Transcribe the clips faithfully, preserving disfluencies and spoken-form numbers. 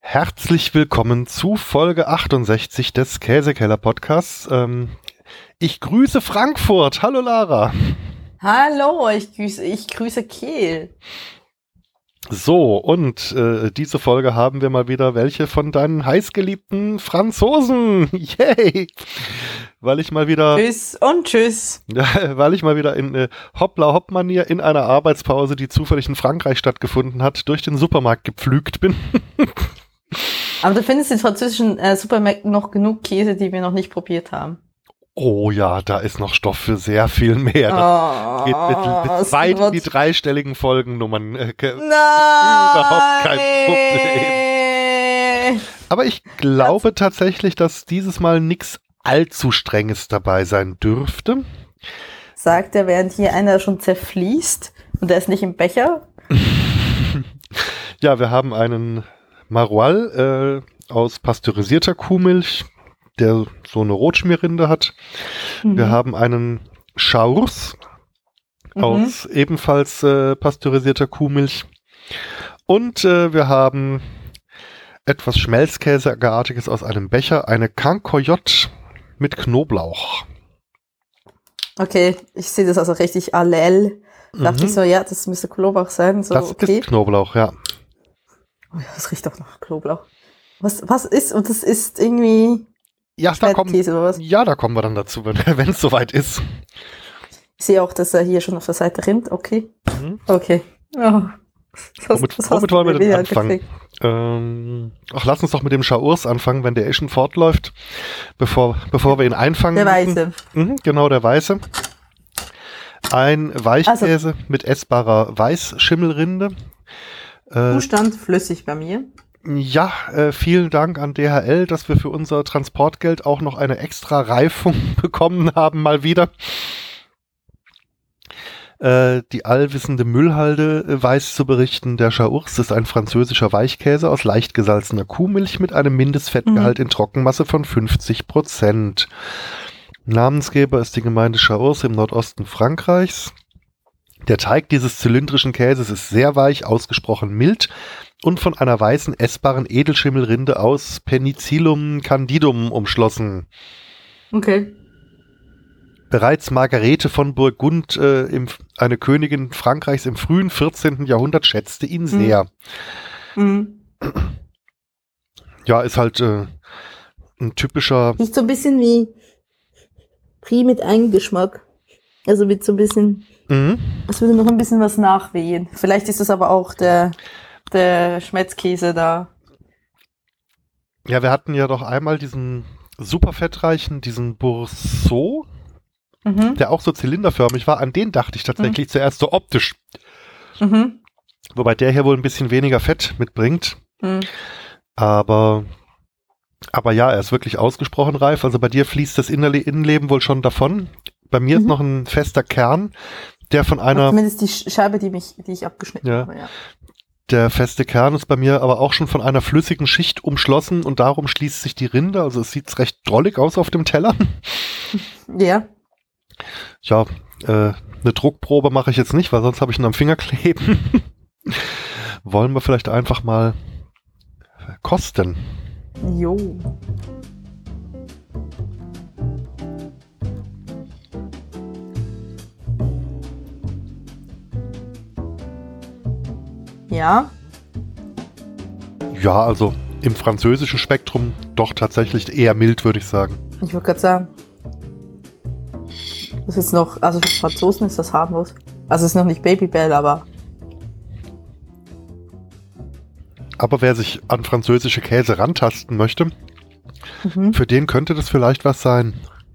Herzlich willkommen zu Folge achtundsechzig des Käsekeller-Podcasts. Ähm, ich grüße Frankfurt. Hallo Lara. Hallo, ich grüße, ich grüße Kiel. So, und äh, diese Folge haben wir mal wieder welche von deinen heißgeliebten Franzosen. Yay! Weil ich mal wieder... Tschüss und tschüss. Weil ich mal wieder in äh, Hoppla-Hopp-Manier in einer Arbeitspause, die zufällig in Frankreich stattgefunden hat, durch den Supermarkt gepflügt bin. Aber du findest in französischen äh, Supermärkten noch genug Käse, die wir noch nicht probiert haben. Oh ja, da ist noch Stoff für sehr viel mehr. Das oh, geht mit, mit weit in die dreistelligen Folgennummern. Äh, Nein! Überhaupt kein Problem. Aber ich glaube tatsächlich, dass dieses Mal nichts allzu Strenges dabei sein dürfte. Sagt er, während hier einer schon zerfließt und der ist nicht im Becher. Ja, wir haben einen Maroilles äh, aus pasteurisierter Kuhmilch, der so eine Rotschmierrinde hat. Mhm. Wir haben einen Chaours mhm. aus ebenfalls äh, pasteurisierter Kuhmilch. Und äh, wir haben etwas Schmelzkäseartiges aus einem Becher, eine Cancoyote mit Knoblauch. Okay, ich sehe das also richtig allel. Mhm. Dachte ich so, ja, das müsste Knoblauch sein. So, das okay. ist Knoblauch, ja. Oh ja, das riecht doch nach Knoblauch. Was, was ist, und das ist irgendwie... Ja, da kommen, ja, da kommen wir dann dazu, wenn es soweit ist. Ich sehe auch, dass er hier schon auf der Seite rinnt. Okay. Mhm. Okay. Oh. Was, womit was womit wollen wir denn anfangen? Ähm, ach, lass uns doch mit dem Chaours anfangen, wenn der eh schon fortläuft, bevor, bevor wir ihn einfangen. Der Weiße. Mhm, genau, der Weiße. Ein Weichkäse also, mit essbarer Weißschimmelrinde. Äh, Zustand flüssig bei mir. Ja, äh, vielen Dank an D H L, dass wir für unser Transportgeld auch noch eine extra Reifung bekommen haben, mal wieder. Äh, die allwissende Müllhalde äh, weiß zu berichten, der Chaours ist ein französischer Weichkäse aus leicht gesalzener Kuhmilch mit einem Mindestfettgehalt mhm. in Trockenmasse von fünfzig Prozent. Namensgeber ist die Gemeinde Chaours im Nordosten Frankreichs. Der Teig dieses zylindrischen Käses ist sehr weich, ausgesprochen mild und von einer weißen, essbaren Edelschimmelrinde aus Penicillium candidum umschlossen. Okay. Bereits Margarete von Burgund, äh, im, eine Königin Frankreichs im frühen vierzehnten Jahrhundert, schätzte ihn sehr. Mhm. Ja, ist halt äh, ein typischer... Riecht so ein bisschen wie Brie mit Eigengeschmack. Also mit so ein bisschen... Mhm. Es würde noch ein bisschen was nachwehen. Vielleicht ist es aber auch der, der Schmelzkäse da. Ja, wir hatten ja doch einmal diesen super fettreichen, diesen Bourseau, mhm. der auch so zylinderförmig war. An den dachte ich tatsächlich mhm. zuerst so optisch. Mhm. Wobei der hier wohl ein bisschen weniger Fett mitbringt. Mhm. Aber, aber ja, er ist wirklich ausgesprochen reif. Also bei dir fließt das Innerle- Innenleben wohl schon davon. Bei mir mhm. ist noch ein fester Kern, der von einer... Zumindest die Scheibe, die, mich, die ich abgeschnitten ja, habe, ja. Der feste Kern ist bei mir aber auch schon von einer flüssigen Schicht umschlossen und darum schließt sich die Rinde. Also es sieht recht drollig aus auf dem Teller. Ja. Ja, äh, eine Druckprobe mache ich jetzt nicht, weil sonst habe ich ihn am Finger kleben. Wollen wir vielleicht einfach mal kosten? Jo. Ja. Ja, also im französischen Spektrum doch tatsächlich eher mild, würde ich sagen. Ich würde gerade sagen, das ist noch, also für Franzosen ist das harmlos. Also es ist noch nicht Babybel, aber... Aber wer sich an französische Käse rantasten möchte, mhm. für den könnte das vielleicht was sein.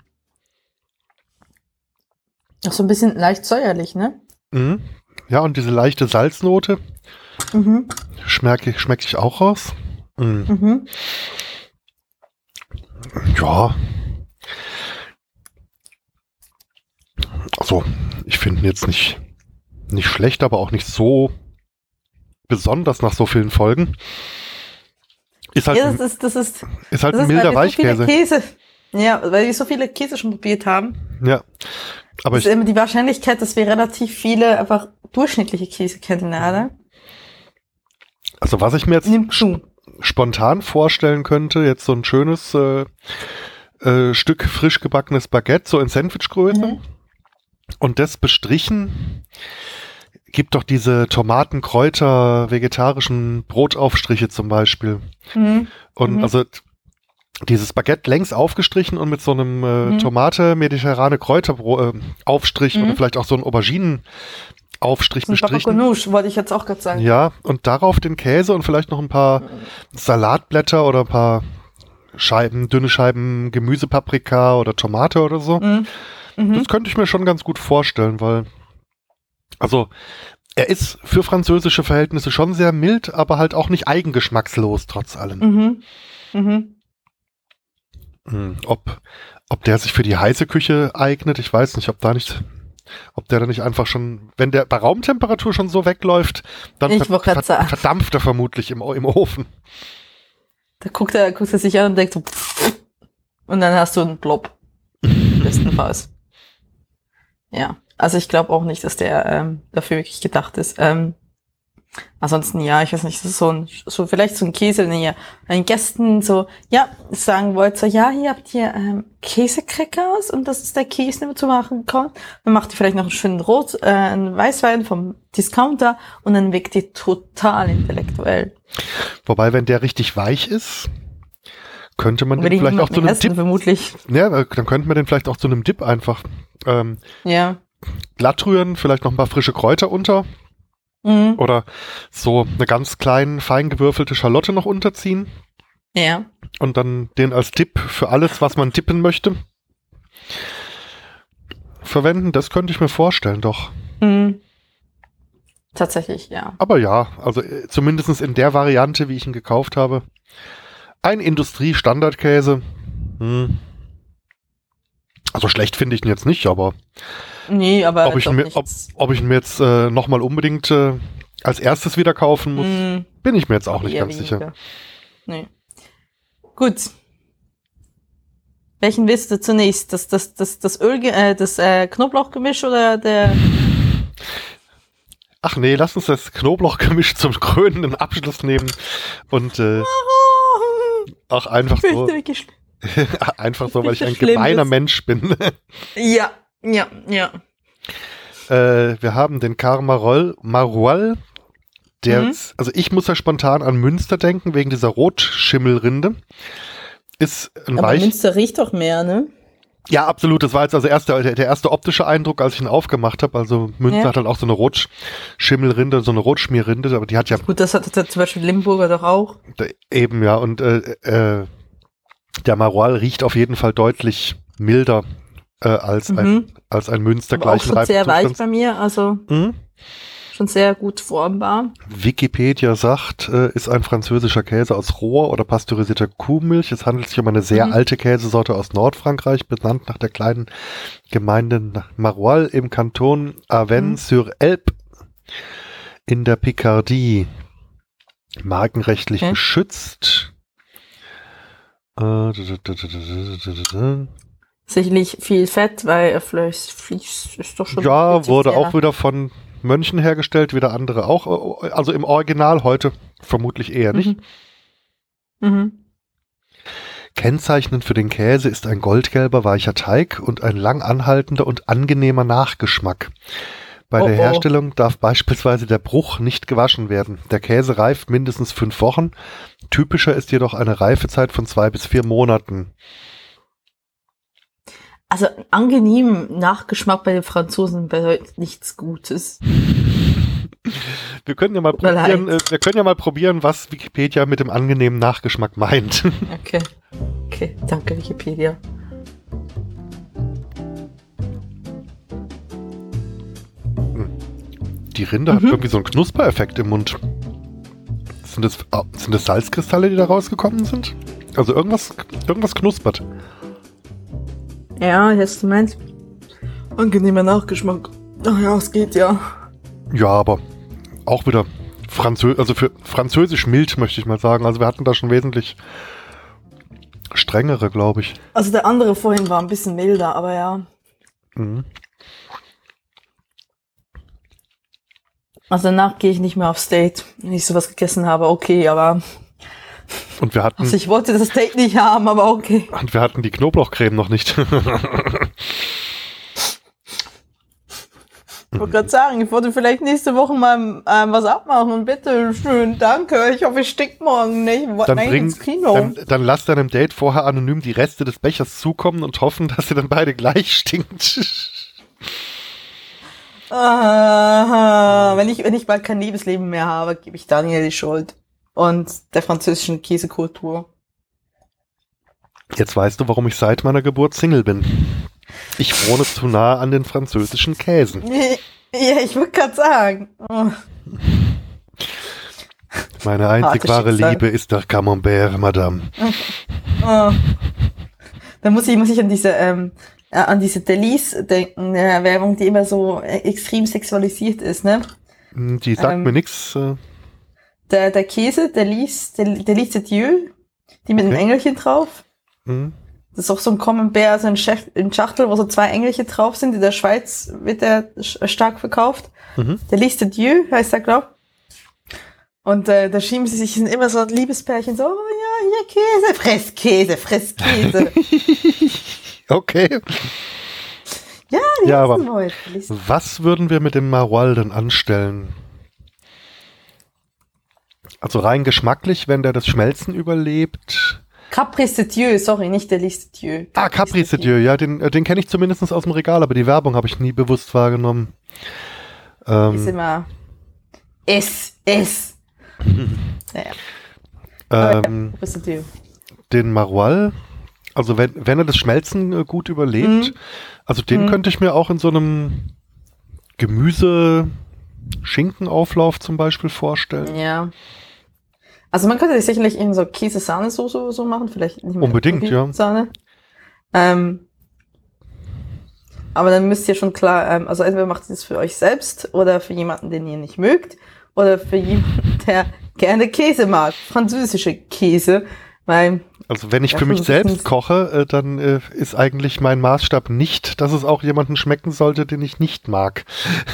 Auch so ein bisschen leicht säuerlich, ne? Mhm. Ja, und diese leichte Salznote mhm. schmecke schmeck ich auch raus. Mhm. Mhm. Ja. Also, ich finde ihn jetzt nicht, nicht schlecht, aber auch nicht so besonders nach so vielen Folgen. Ist halt, ja, das ist, das ist, ist halt das ein ist, milder weil Weichkäse. So Käse, ja, weil wir so viele Käse schon probiert haben. Ja. Aber das ist immer die Wahrscheinlichkeit, dass wir relativ viele einfach durchschnittliche Käse kennen, oder? Also was ich mir jetzt Nimmt zu. spontan vorstellen könnte, jetzt so ein schönes äh, äh, Stück frisch gebackenes Baguette, so in Sandwichgröße. Mhm. Und das bestrichen, gibt doch diese Tomaten, Kräuter, vegetarischen Brotaufstriche zum Beispiel. Mhm. Und mhm. also dieses Baguette längs aufgestrichen und mit so einem äh, mhm. Tomate, mediterrane Kräuteraufstrich äh, mhm. oder vielleicht auch so ein Auberginenaufstrich bestrichen. Ganoush, wollte ich jetzt auch gerade sagen. Ja, und darauf den Käse und vielleicht noch ein paar mhm. Salatblätter oder ein paar Scheiben, dünne Scheiben Gemüsepaprika oder Tomate oder so. Mhm. Mhm. Das könnte ich mir schon ganz gut vorstellen, weil also er ist für französische Verhältnisse schon sehr mild, aber halt auch nicht eigengeschmackslos, trotz allem. Mhm. Mhm. Hm, ob, ob der sich für die heiße Küche eignet, ich weiß nicht, ob da nicht, ob der da nicht einfach schon, wenn der bei Raumtemperatur schon so wegläuft, dann ich ver ver verdampft er vermutlich im, im Ofen. Da guckt er, guckt er sich an und denkt so, pff, und dann hast du einen Blob. Bestenfalls. Ja. Also ich glaube auch nicht, dass der ähm, dafür wirklich gedacht ist. Ähm, ansonsten, ja, ich weiß nicht, das ist so ein, so vielleicht so ein Käse, den ihr einen Gästen so, ja, sagen wollt, so, ja, hier habt ihr ähm, Käsecrackers und das ist der Käse, den man zu machen kann. Dann macht ihr vielleicht noch einen schönen Rot, äh, einen Weißwein vom Discounter und dann wirkt ihr total intellektuell. Wobei, wenn der richtig weich ist, könnte man den vielleicht auch zu einem essen, Dip, vermutlich. Ja, dann könnte man den vielleicht auch zu einem Dip einfach ähm, ja. glatt rühren, vielleicht noch ein paar frische Kräuter unter mhm. oder so eine ganz kleine, fein gewürfelte Schalotte noch unterziehen. Ja. Und dann den als Dip für alles, was man dippen möchte, verwenden. Das könnte ich mir vorstellen, doch. Mhm. Tatsächlich, ja. Aber ja, also äh, zumindest in der Variante, wie ich ihn gekauft habe. Ein Industrie-Standardkäse. Hm. Also schlecht finde ich ihn jetzt nicht, aber nee, aber ob, ich mir, ob, ob ich ihn mir jetzt äh, nochmal unbedingt äh, als erstes wieder kaufen muss, mm. bin ich mir jetzt auch nicht ganz weniger. sicher. Nee. Gut. Welchen willst du zunächst? Das, das, das, das Öl, äh, das äh, Knoblauchgemisch oder der... Ach nee, lass uns das Knoblauchgemisch zum krönenden Abschluss nehmen und äh, auch einfach so... Einfach so, weil ich ein gemeiner Mensch bin. Ja, ja, ja. Äh, wir haben den Carmarol Maroilles, der, mhm. also ich muss ja spontan an Münster denken, wegen dieser Rotschimmelrinde. Ist ein Aber Weich Münster riecht doch mehr, ne? Ja, absolut. Das war jetzt also erst der, der erste optische Eindruck, als ich ihn aufgemacht habe. Also Münster ja. hat halt auch so eine Rotschimmelrinde, so eine Rotschmierrinde, aber die hat ja... Gut, das hat, das hat zum Beispiel Limburger doch auch. Eben, ja. Und äh, äh, der Maroilles riecht auf jeden Fall deutlich milder äh, als, mhm. ein, als ein Münster gleichen Reifzustand. Auch schon sehr weich bei mir, also mhm. schon sehr gut formbar. Wikipedia sagt, äh, ist ein französischer Käse aus roher oder pasteurisierter Kuhmilch. Es handelt sich um eine sehr mhm. alte Käsesorte aus Nordfrankreich, benannt nach der kleinen Gemeinde Maroilles im Kanton Avennes-sur-Elbe in der Picardie. Markenrechtlich okay. geschützt. Sicherlich viel Fett, weil Fleisch ist doch schon... Ja, wurde sehr. auch wieder von Mönchen hergestellt, wieder andere auch. Also im Original heute vermutlich eher nicht. Mhm. Mhm. Kennzeichnend für den Käse ist ein goldgelber, weicher Teig und ein lang anhaltender und angenehmer Nachgeschmack. Bei oh, der Herstellung oh. darf beispielsweise der Bruch nicht gewaschen werden. Der Käse reift mindestens fünf Wochen. Typischer ist jedoch eine Reifezeit von zwei bis vier Monaten. Also angenehm Nachgeschmack bei den Franzosen bedeutet nichts Gutes. Wir können ja mal probieren, äh, wir können ja mal probieren, was Wikipedia mit dem angenehmen Nachgeschmack meint. Okay. Okay, danke Wikipedia. Die Rinde mhm. hat irgendwie so einen Knuspereffekt im Mund. Sind das, sind das Salzkristalle, die da rausgekommen sind? Also irgendwas, irgendwas knuspert. Ja, jetzt du meinst. Angenehmer Nachgeschmack. Ach ja, es geht ja. Ja, aber auch wieder Franzö also für französisch mild, möchte ich mal sagen. Also wir hatten da schon wesentlich strengere, glaube ich. Also der andere vorhin war ein bisschen milder, aber ja. Mhm. Also danach gehe ich nicht mehr aufs Date, wenn ich sowas gegessen habe, okay, aber Und wir hatten, Also ich wollte das Date nicht haben, aber okay. und wir hatten die Knoblauchcreme noch nicht. Ich wollte gerade sagen, ich wollte vielleicht nächste Woche mal ähm, was abmachen und bitte schön, danke. Ich hoffe, ich stick morgen nicht. Wir wollten Dann, eigentlich bring, ins Kino. dann, dann lass deinem Date vorher anonym die Reste des Bechers zukommen und hoffen, dass ihr dann beide gleich stinkt. Aha. Wenn ich, wenn ich bald kein Liebesleben mehr habe, gebe ich Daniel die Schuld. Und der französischen Käsekultur. Jetzt weißt du, warum ich seit meiner Geburt Single bin. Ich wohne zu nah an den französischen Käsen. Ja, ich würde gerade sagen. Oh. Meine einzig Harte wahre Schicksal. Liebe ist der Camembert, Madame. Oh. Da muss ich, muss ich an diese, ähm, äh, an diese Delice denken, eine Werbung, die immer so äh, extrem sexualisiert ist, ne? Die sagt Ähm, mir nichts. Äh, Der, der Käse, Delice, Del- Delice de Dieu, die mit Okay. einem Engelchen drauf. hm. Das ist auch so ein Camembert, so ein Schach- ein Schachtel, wo so zwei Engelchen drauf sind. In der Schweiz wird der sch- stark verkauft. Mhm. Delice de Dieu heißt der, glaub. Und äh, da schieben sie sich, sind immer so ein Liebespärchen, so, oh ja, hier Käse, fress Käse, fress Käse. Okay. Ja, die Ja, ganzen aber Leute. Delice- was würden wir mit dem Maroilles denn anstellen? Also rein geschmacklich, wenn der das Schmelzen überlebt. Caprice de Dieu, sorry, nicht Delice de Dieu. Ah, Caprice de Dieu, ja, den, äh, den kenne ich zumindest aus dem Regal, aber die Werbung habe ich nie bewusst wahrgenommen. Ist Ähm, immer S, S. Naja, ähm, Caprice de Dieu. den Maroilles, also wenn, wenn er das Schmelzen äh, gut überlebt, Mhm. also den Mhm. könnte ich mir auch in so einem Gemüse-Schinkenauflauf zum Beispiel vorstellen. Ja. Also man könnte sich sicherlich in so Käse-Sahne-Soße so machen, vielleicht nicht mehr Unbedingt, ja. Sahne. Ähm, aber dann müsst ihr schon klar, ähm, also entweder macht ihr das für euch selbst oder für jemanden, den ihr nicht mögt, oder für jemanden, der gerne Käse mag, französische Käse, weil Also wenn ich Ja, für mich schon selbst mindestens- koche, äh, dann äh, ist eigentlich mein Maßstab nicht, dass es auch jemandem schmecken sollte, den ich nicht mag.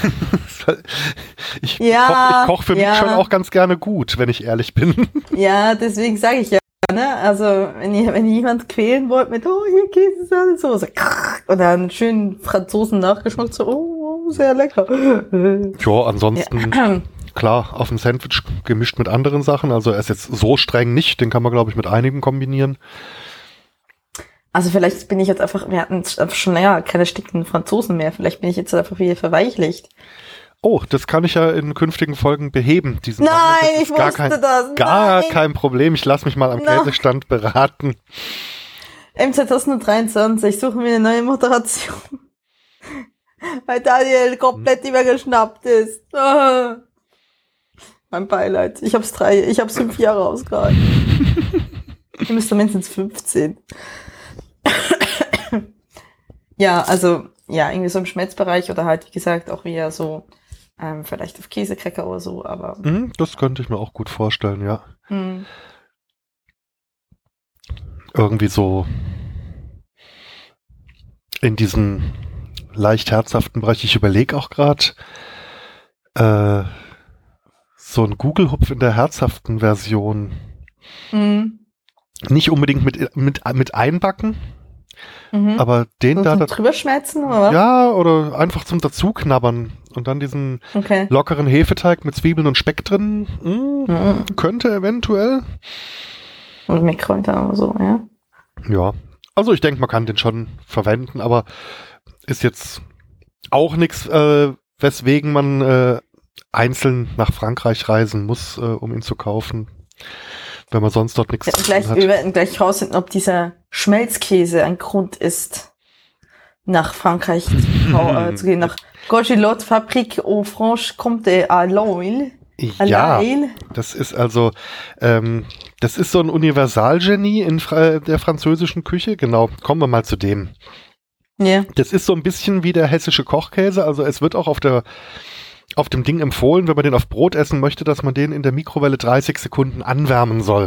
ich Ja, koche ich koch für ja. mich schon auch ganz gerne gut, wenn ich ehrlich bin. ja, deswegen sage ich ja, ne, also wenn ihr, wenn ihr jemand quälen wollt mit, oh, hier Käse, Sahne, Soße, und dann schön Franzosen nachgeschmeckt, so, oh, sehr lecker. Ja, ansonsten Ja. klar, auf ein Sandwich gemischt mit anderen Sachen. Also er ist jetzt so streng nicht, den kann man glaube ich mit einigen kombinieren. Also vielleicht bin ich jetzt einfach, wir hatten einfach schon länger keine stickenden Franzosen mehr, vielleicht bin ich jetzt einfach wieder verweichlicht. Oh, das kann ich ja in künftigen Folgen beheben. Diesen Nein, Mangel. Das ist ich gar wusste kein, das, Gar nein. kein Problem. Ich lasse mich mal am No. Käsestand beraten. Im zwanzig dreiundzwanzig suchen wir eine neue Moderation. Weil Daniel komplett übergeschnappt ist. Ah. Mein Beileid. Ich hab's drei, ich hab's fünf Jahre ausgehalten. Ihr müsst mindestens fünfzehn. Ja, also, ja, irgendwie so im Schmelzbereich oder halt, wie gesagt, auch wieder so, ähm, vielleicht auf Käsecracker oder so, aber, Mhm, das könnte ich mir auch gut vorstellen, ja. hm. Irgendwie so in diesem leicht herzhaften Bereich. Ich überlege auch gerade, äh, so ein Google-Hupf in der herzhaften Version. Mhm. Nicht unbedingt mit, mit, mit einbacken, Mhm. aber den So da, zum da drüber schmelzen, oder was? ja, oder einfach zum Dazuknabbern und dann diesen Okay. lockeren Hefeteig mit Zwiebeln und Speck drin. Mm, Mhm. könnte eventuell. Und mit Kräutern oder so, ja. Ja, also ich denke, man kann den schon verwenden, aber ist jetzt auch nichts, äh, weswegen man äh, einzeln nach Frankreich reisen muss, äh, um ihn zu kaufen, wenn man sonst dort nichts Wir zu werden tun gleich, hat. wir werden gleich rausfinden, ob dieser Schmelzkäse ein Grund ist, nach Frankreich zu, äh, zu gehen, nach Gorgilot Fabrique au Franche-Comté à Lille. À Ja, Lille. das ist also, ähm, das ist so ein Universalgenie in Fra der französischen Küche. Genau, kommen wir mal zu dem. Ja. Das ist so ein bisschen wie der hessische Kochkäse, also es wird auch auf der auf dem Ding empfohlen, wenn man den auf Brot essen möchte, dass man den in der Mikrowelle dreißig Sekunden anwärmen soll.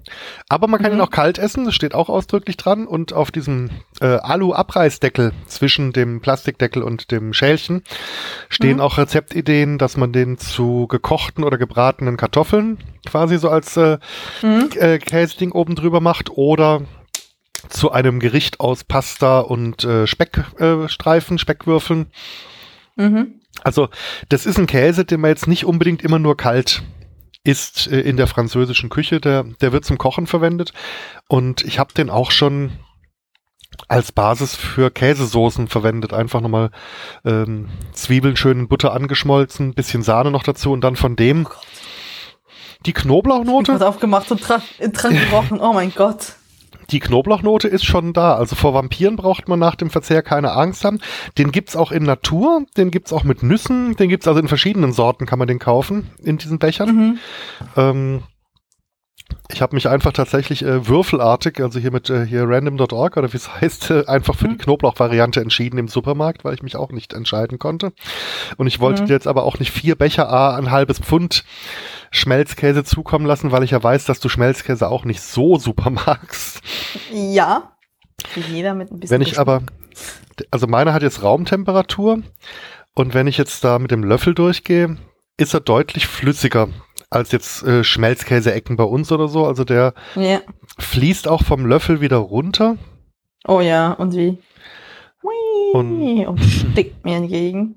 Aber man kann Mhm. ihn auch kalt essen, das steht auch ausdrücklich dran. Und auf diesem äh, Alu-Abreißdeckel zwischen dem Plastikdeckel und dem Schälchen stehen Mhm. auch Rezeptideen, dass man den zu gekochten oder gebratenen Kartoffeln quasi so als äh, Mhm. äh, Käseding oben drüber macht oder zu einem Gericht aus Pasta und äh, Speckstreifen, äh, Streifen, Speckwürfeln. Mhm. Also das ist ein Käse, den man jetzt nicht unbedingt immer nur kalt isst äh, in der französischen Küche. Der, der wird zum Kochen verwendet. Und ich habe den auch schon als Basis für Käsesoßen verwendet. Einfach nochmal ähm, Zwiebeln schön in Butter angeschmolzen, bisschen Sahne noch dazu und dann von dem Oh Gott. die Ich Knoblauchnote. wurde aufgemacht und dran, dran gerochen. Oh mein Gott. Die Knoblauchnote ist schon da. Also vor Vampiren braucht man nach dem Verzehr keine Angst haben. Den gibt's auch in Natur, den gibt's auch mit Nüssen, den gibt's also in verschiedenen Sorten, kann man den kaufen in diesen Bechern. Mhm. Ähm, ich habe mich einfach tatsächlich äh, würfelartig, also hier mit äh, hier random Punkt org oder wie es heißt, äh, einfach für Mhm. die Knoblauchvariante entschieden im Supermarkt, weil ich mich auch nicht entscheiden konnte. Und ich wollte Mhm. dir jetzt aber auch nicht vier Becher A ein halbes Pfund Schmelzkäse zukommen lassen, weil ich ja weiß, dass du Schmelzkäse auch nicht so super magst. Ja. Wie jeder mit ein bisschen. Wenn ich Geschmack. aber, also meiner hat jetzt Raumtemperatur und wenn ich jetzt da mit dem Löffel durchgehe, ist er deutlich flüssiger als jetzt äh, Schmelzkäse-Ecken bei uns oder so. Also der Ja. fließt auch vom Löffel wieder runter. Oh ja, und wie? Hui, Und- und stickt mir entgegen.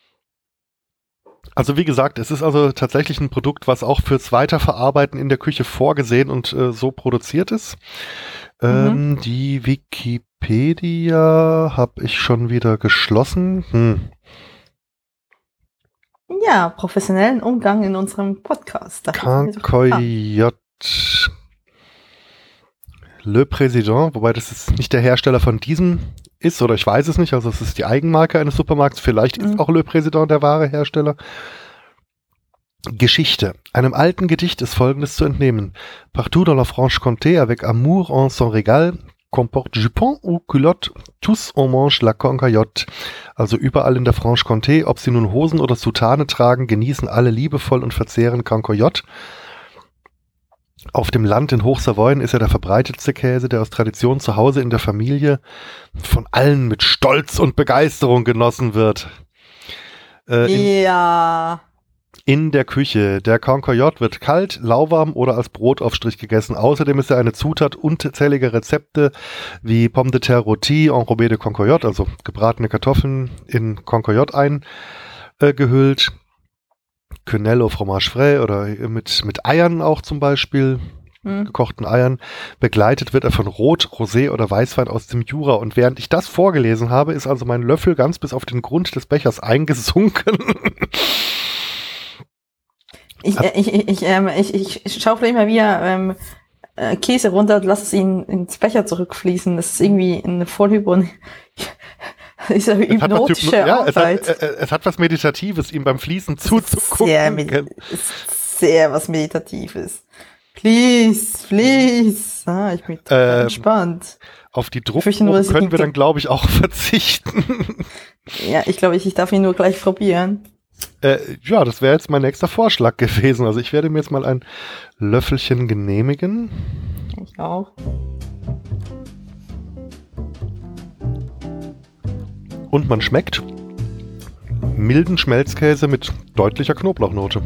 Also wie gesagt, es ist also tatsächlich ein Produkt, was auch fürs Weiterverarbeiten in der Küche vorgesehen und äh, so produziert ist. Ähm, die Wikipedia habe ich schon wieder geschlossen. Hm. Ja, professionellen Umgang in unserem Podcast. Dafür sind wir doch bekannt. Cancoyote Le Président, wobei das jetzt nicht der Hersteller von diesem ist, oder ich weiß es nicht, also es ist die Eigenmarke eines Supermarkts, vielleicht ist Mhm. auch Le Président der wahre Hersteller. Geschichte. Einem alten Gedicht ist Folgendes zu entnehmen. Partout dans la Franche-Comté, avec amour en son régal, comporte jupon ou culotte, tous on mange la Cancoyote. Also überall in der Franche-Comté, ob sie nun Hosen oder Soutane tragen, genießen alle liebevoll und verzehren Cancoyote. Auf dem Land in Hochsavoyen ist er der verbreitetste Käse, der aus Tradition zu Hause in der Familie von allen mit Stolz und Begeisterung genossen wird. Äh, in, Ja. in der Küche. Der Cancoyote wird kalt, lauwarm oder als Brotaufstrich gegessen. Außerdem ist er eine Zutat unzähliger Rezepte wie Pomme de terre rôtie, enrobé de Cancoyote, also gebratene Kartoffeln in Cancoyote eingehüllt. Quenelle au fromage frais oder mit, mit Eiern auch zum Beispiel, Hm. gekochten Eiern. Begleitet wird er von Rot, Rosé oder Weißwein aus dem Jura. Und während ich das vorgelesen habe, ist also mein Löffel ganz bis auf den Grund des Bechers eingesunken. Ich, äh, ich, ich, ich, ähm, ich, ich schaufle immer wieder ähm, äh, Käse runter und lasse es ihn ins Becher zurückfließen. Das ist irgendwie eine Vollhypon. Ist ja Es hat, was, hypnotische Hypno- ja, es, hat, Arbeit. äh, äh, es hat was Meditatives, ihm beim Fließen Sehr, zuzugucken. med- ist sehr was Meditatives. Please, please. Ah, ich bin total Ähm, entspannt. Auf die fürchte nur, Druckprobe dass ich können wir den- dann, glaube ich, auch verzichten. Ja, ich glaube, ich, ich darf ihn nur gleich probieren. äh, ja, das wäre jetzt mein nächster Vorschlag gewesen. Also ich werde mir jetzt mal ein Löffelchen genehmigen. Ich auch. Und man schmeckt milden Schmelzkäse mit deutlicher Knoblauchnote.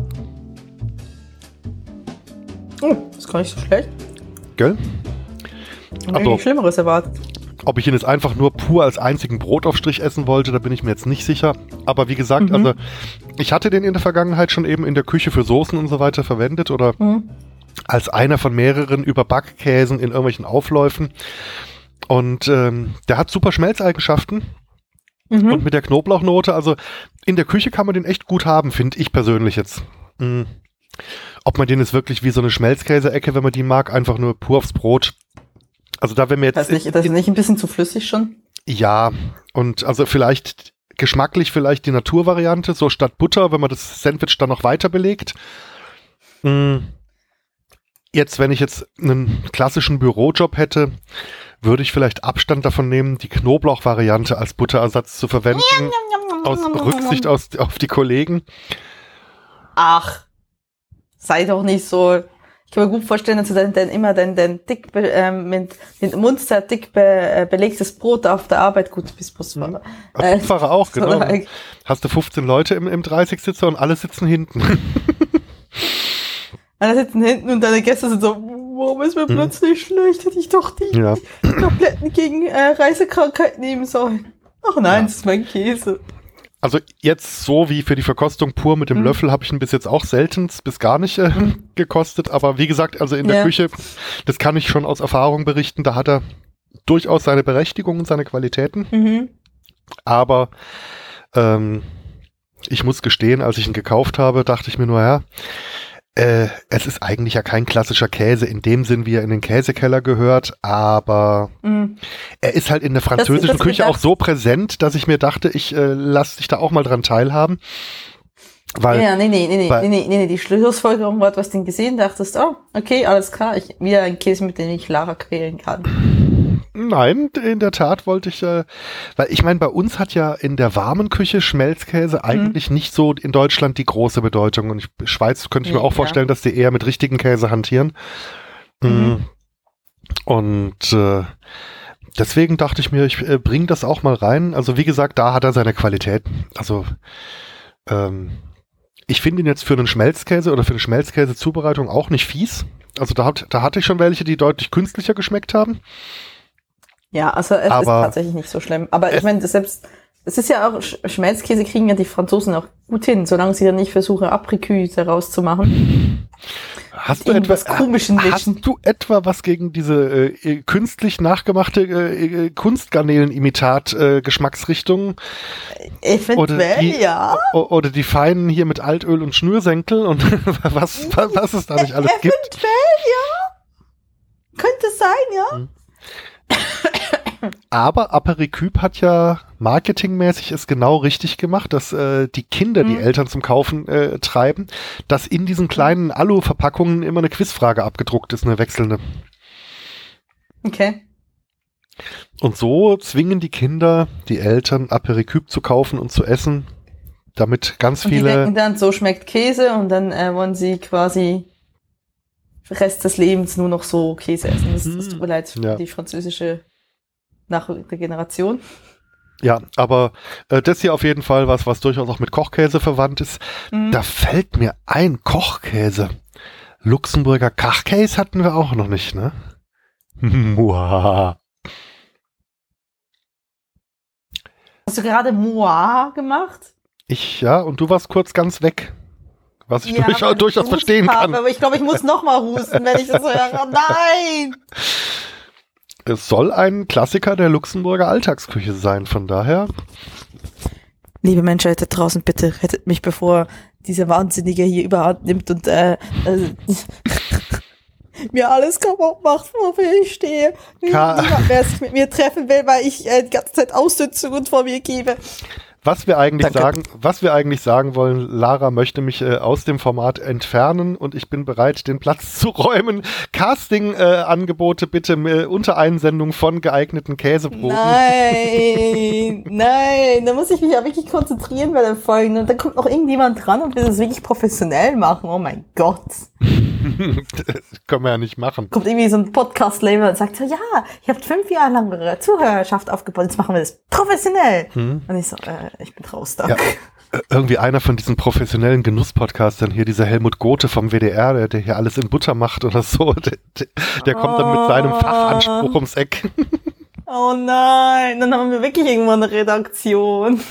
Oh, das ist gar nicht so schlecht. Gell? Ich habe Also- irgendwie Schlimmeres erwartet. Ob ich ihn jetzt einfach nur pur als einzigen Brotaufstrich essen wollte, da bin ich mir jetzt nicht sicher. Aber wie gesagt, Mhm. also ich hatte den in der Vergangenheit schon eben in der Küche für Soßen und so weiter verwendet oder Hm. als einer von mehreren Überbackkäsen in irgendwelchen Aufläufen. Und ähm, der hat super Schmelzeigenschaften. Mhm. Und mit der Knoblauchnote, also in der Küche kann man den echt gut haben, finde ich persönlich jetzt. Mm. Ob man den jetzt wirklich wie so eine Schmelzkäse-Ecke, wenn man die mag, einfach nur pur aufs Brot. Also da wäre mir jetzt... Das ist nicht, das ist nicht ein bisschen zu flüssig schon? Ja, und also vielleicht geschmacklich vielleicht die Naturvariante, so statt Butter, wenn man das Sandwich dann noch weiter belegt. Mm. Jetzt, wenn ich jetzt einen klassischen Bürojob hätte, würde ich vielleicht Abstand davon nehmen, die Knoblauchvariante als Butterersatz zu verwenden, aus Rücksicht aus, auf die Kollegen. Ach, sei doch nicht so. Ich kann mir gut vorstellen, dass du dann, dann immer dein, dein dick, be, ähm, mit, mit Munster dick be, äh, belegtes Brot auf der Arbeit, gut, bis Busfahrer. Mhm. Äh, Busfahrer auch, so genau. like. Hast du fünfzehn Leute im, im dreißig-Sitzer und alle sitzen hinten. Alle sitzen hinten und deine Gäste sind so, warum ist mir mhm. plötzlich schlecht? Hätte ich doch die ja. Tabletten gegen äh, Reisekrankheit nehmen sollen. Ach nein, ja. Das ist mein Käse. Also jetzt so wie für die Verkostung pur mit dem mhm. Löffel habe ich ihn bis jetzt auch selten bis gar nicht äh, gekostet. Aber wie gesagt, also in der ja. Küche, das kann ich schon aus Erfahrung berichten, da hat er durchaus seine Berechtigung und seine Qualitäten. Mhm. Aber ähm, ich muss gestehen, als ich ihn gekauft habe, dachte ich mir nur, ja, äh, es ist eigentlich ja kein klassischer Käse in dem Sinn, wie er in den Käsekeller gehört, aber mhm. er ist halt in der französischen das, das Küche auch so präsent, dass ich mir dachte, ich äh, lasse dich da auch mal dran teilhaben. Weil, ja, nee, nee, nee, nee, nee, nee, nee, die Schlussfolgerung war, du hast den gesehen, dachtest, oh, okay, alles klar, ich wieder ein Käse, mit dem ich Lara quälen kann. Nein, in der Tat wollte ich, äh, weil ich meine, bei uns hat ja in der warmen Küche Schmelzkäse eigentlich mhm. nicht so in Deutschland die große Bedeutung. Und in Schweiz könnte ich mir auch ja. vorstellen, dass die eher mit richtigen Käse hantieren. Mhm. Und äh, deswegen dachte ich mir, ich äh, bringe das auch mal rein. Also wie gesagt, da hat er seine Qualitäten. Also ähm, ich finde ihn jetzt für einen Schmelzkäse oder für eine Schmelzkäse-Zubereitung auch nicht fies. Also da, hat, da hatte ich schon welche, die deutlich künstlicher geschmeckt haben. Ja, also es aber ist tatsächlich nicht so schlimm. Aber ich meine, selbst, es ist ja auch, Schmelzkäse kriegen ja die Franzosen auch gut hin, solange sie dann nicht versuchen, Apriküs daraus-zu-machen. Hast du, etwa, hast du etwa was gegen diese äh, künstlich nachgemachte äh, Kunstgarnelen-Imitat-Geschmacksrichtung? Äh, Eventuell, ja. Oder die feinen hier mit Altöl und Schnürsenkel und was, was, was es da nicht alles Eventuell, gibt? Eventuell, ja. Könnte sein, ja. Hm. Aber Aperitif hat ja marketingmäßig es genau richtig gemacht, dass äh, die Kinder, die mhm. Eltern zum Kaufen äh, treiben, dass in diesen kleinen Alu-Verpackungen immer eine Quizfrage abgedruckt ist, eine wechselnde. Okay. Und so zwingen die Kinder die Eltern, Aperitif zu kaufen und zu essen, damit ganz und viele... Die denken dann, so schmeckt Käse und dann äh, wollen sie quasi Rest des Lebens nur noch so Käse essen. Das, das tut mir leid für ja. die französische Nachfolgegeneration. Ja, aber äh, das hier auf jeden Fall was, was durchaus auch mit Kochkäse verwandt ist. Mhm. Da fällt mir ein, Kochkäse. Luxemburger Kachkäse hatten wir auch noch nicht, ne? Muah. Hast du gerade Muah gemacht? Ich, ja, und du warst kurz ganz weg. Was ich ja, durchaus, durchaus verstehen habe, kann. Aber ich glaube, ich muss noch mal husten, wenn ich das so höre. Nein! Es soll ein Klassiker der Luxemburger Alltagsküche sein, von daher. Liebe Menschen da draußen, bitte rettet mich, bevor dieser Wahnsinnige hier überhand nimmt und äh, äh, mir alles kaputt macht, wofür ich stehe. Ka- Niemand, wer sich mit mir treffen will, weil ich äh, die ganze Zeit Ausdünstungen vor mir gebe. Was wir eigentlich Danke. sagen, was wir eigentlich sagen wollen, Lara möchte mich äh, aus dem Format entfernen und ich bin bereit, den Platz zu räumen. Casting-Angebote äh, bitte äh, unter Einsendung von geeigneten Käsebroten. Nein, nein, da muss ich mich ja wirklich konzentrieren bei den Folgen und dann kommt noch irgendjemand dran und will das wirklich professionell machen. Oh mein Gott. Das können wir ja nicht machen. Kommt irgendwie so ein Podcast-Label und sagt so, ja, ihr habt fünf Jahre lang eure Zuhörerschaft aufgebaut, jetzt machen wir das professionell. Hm. Und ich so, äh, ich bin raus, danke. Ja, irgendwie einer von diesen professionellen Genuss-Podcastern hier, dieser Helmut Gothe vom W D R, der, der hier alles in Butter macht oder so, der, der, der kommt dann mit seinem Fachanspruch ums Eck. Oh nein, dann haben wir wirklich irgendwann eine Redaktion.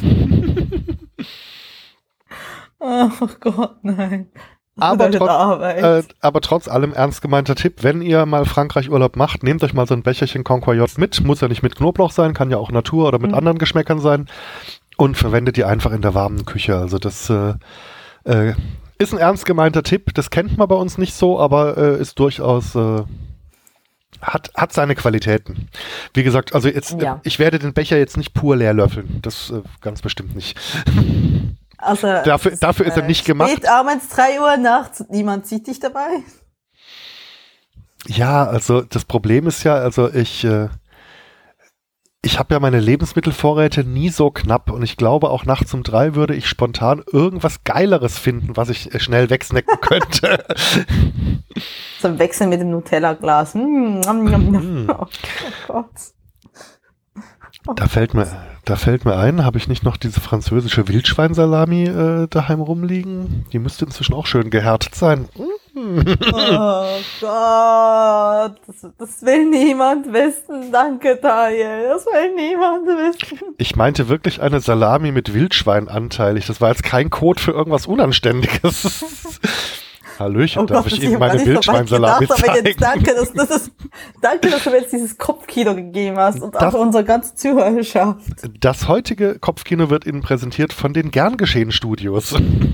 Oh Gott, nein. Aber, trotz, äh, aber trotz allem ernst gemeinter Tipp, wenn ihr mal Frankreich-Urlaub macht, nehmt euch mal so ein Becherchen Concoyot mit, muss ja nicht mit Knoblauch sein, kann ja auch Natur oder mit mhm. anderen Geschmäckern sein und verwendet die einfach in der warmen Küche. Also das äh, äh, ist ein ernst gemeinter Tipp, das kennt man bei uns nicht so, aber äh, ist durchaus, äh, hat, hat seine Qualitäten. Wie gesagt, also jetzt, ja. ich werde den Becher jetzt nicht pur leer löffeln, das äh, ganz bestimmt nicht. Also, dafür, ist, dafür ist er nicht gemacht. Spät abends drei Uhr nachts, niemand sieht dich dabei. Ja, also das Problem ist ja, also ich, äh, Ich habe ja meine Lebensmittelvorräte nie so knapp und ich glaube, auch nachts um drei würde ich spontan irgendwas Geileres finden, was ich äh, schnell wegsnacken könnte. Zum Wechseln mit dem Nutella-Glas. Mm, mm, mm. Oh Gott. Oh Da fällt mir, da fällt mir ein, habe ich nicht noch diese französische Wildschweinsalami äh, daheim rumliegen? Die müsste inzwischen auch schön gehärtet sein. Oh Gott, das, das will niemand wissen. Danke, Daniel. Das will niemand wissen. Ich meinte wirklich eine Salami mit Wildschweinanteilig. Das war jetzt kein Code für irgendwas Unanständiges. Hallöchen, Oh darf Gott, ich das Ihnen hab meine gar nicht so weit Wildschweinsalami gedacht, aber zeigen? jetzt danke, dass, das ist, danke, dass du mir jetzt dieses Kopfkino gegeben hast und Das- auch unsere ganze Zuhörerschaft. Das heutige Kopfkino wird Ihnen präsentiert von den Gern geschehen Studios.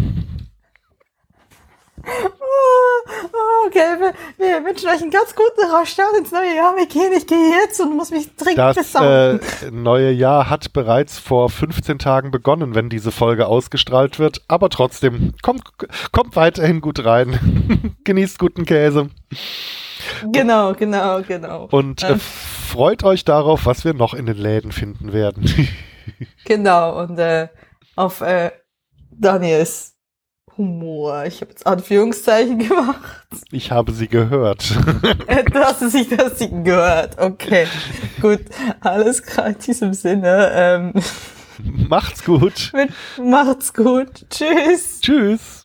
Oh, okay, wir, wir wünschen euch einen ganz guten Start ins neue Jahr. Wir gehen, ich gehe jetzt und muss mich dringend Das besaufen. äh, neue Jahr hat bereits vor fünfzehn Tagen begonnen, wenn diese Folge ausgestrahlt wird. Aber trotzdem, kommt, kommt weiterhin gut rein. Genießt guten Käse. Genau, genau, genau. Und äh, Ähm. freut euch darauf, was wir noch in den Läden finden werden. Genau, und äh, auf äh, Daniels Humor. Ich habe jetzt Anführungszeichen gemacht. Ich habe sie gehört. Äh, Du hast es nicht das gehört. Okay, gut. Alles klar in diesem Sinne. Ähm, Macht's gut. macht's gut. Tschüss. Tschüss.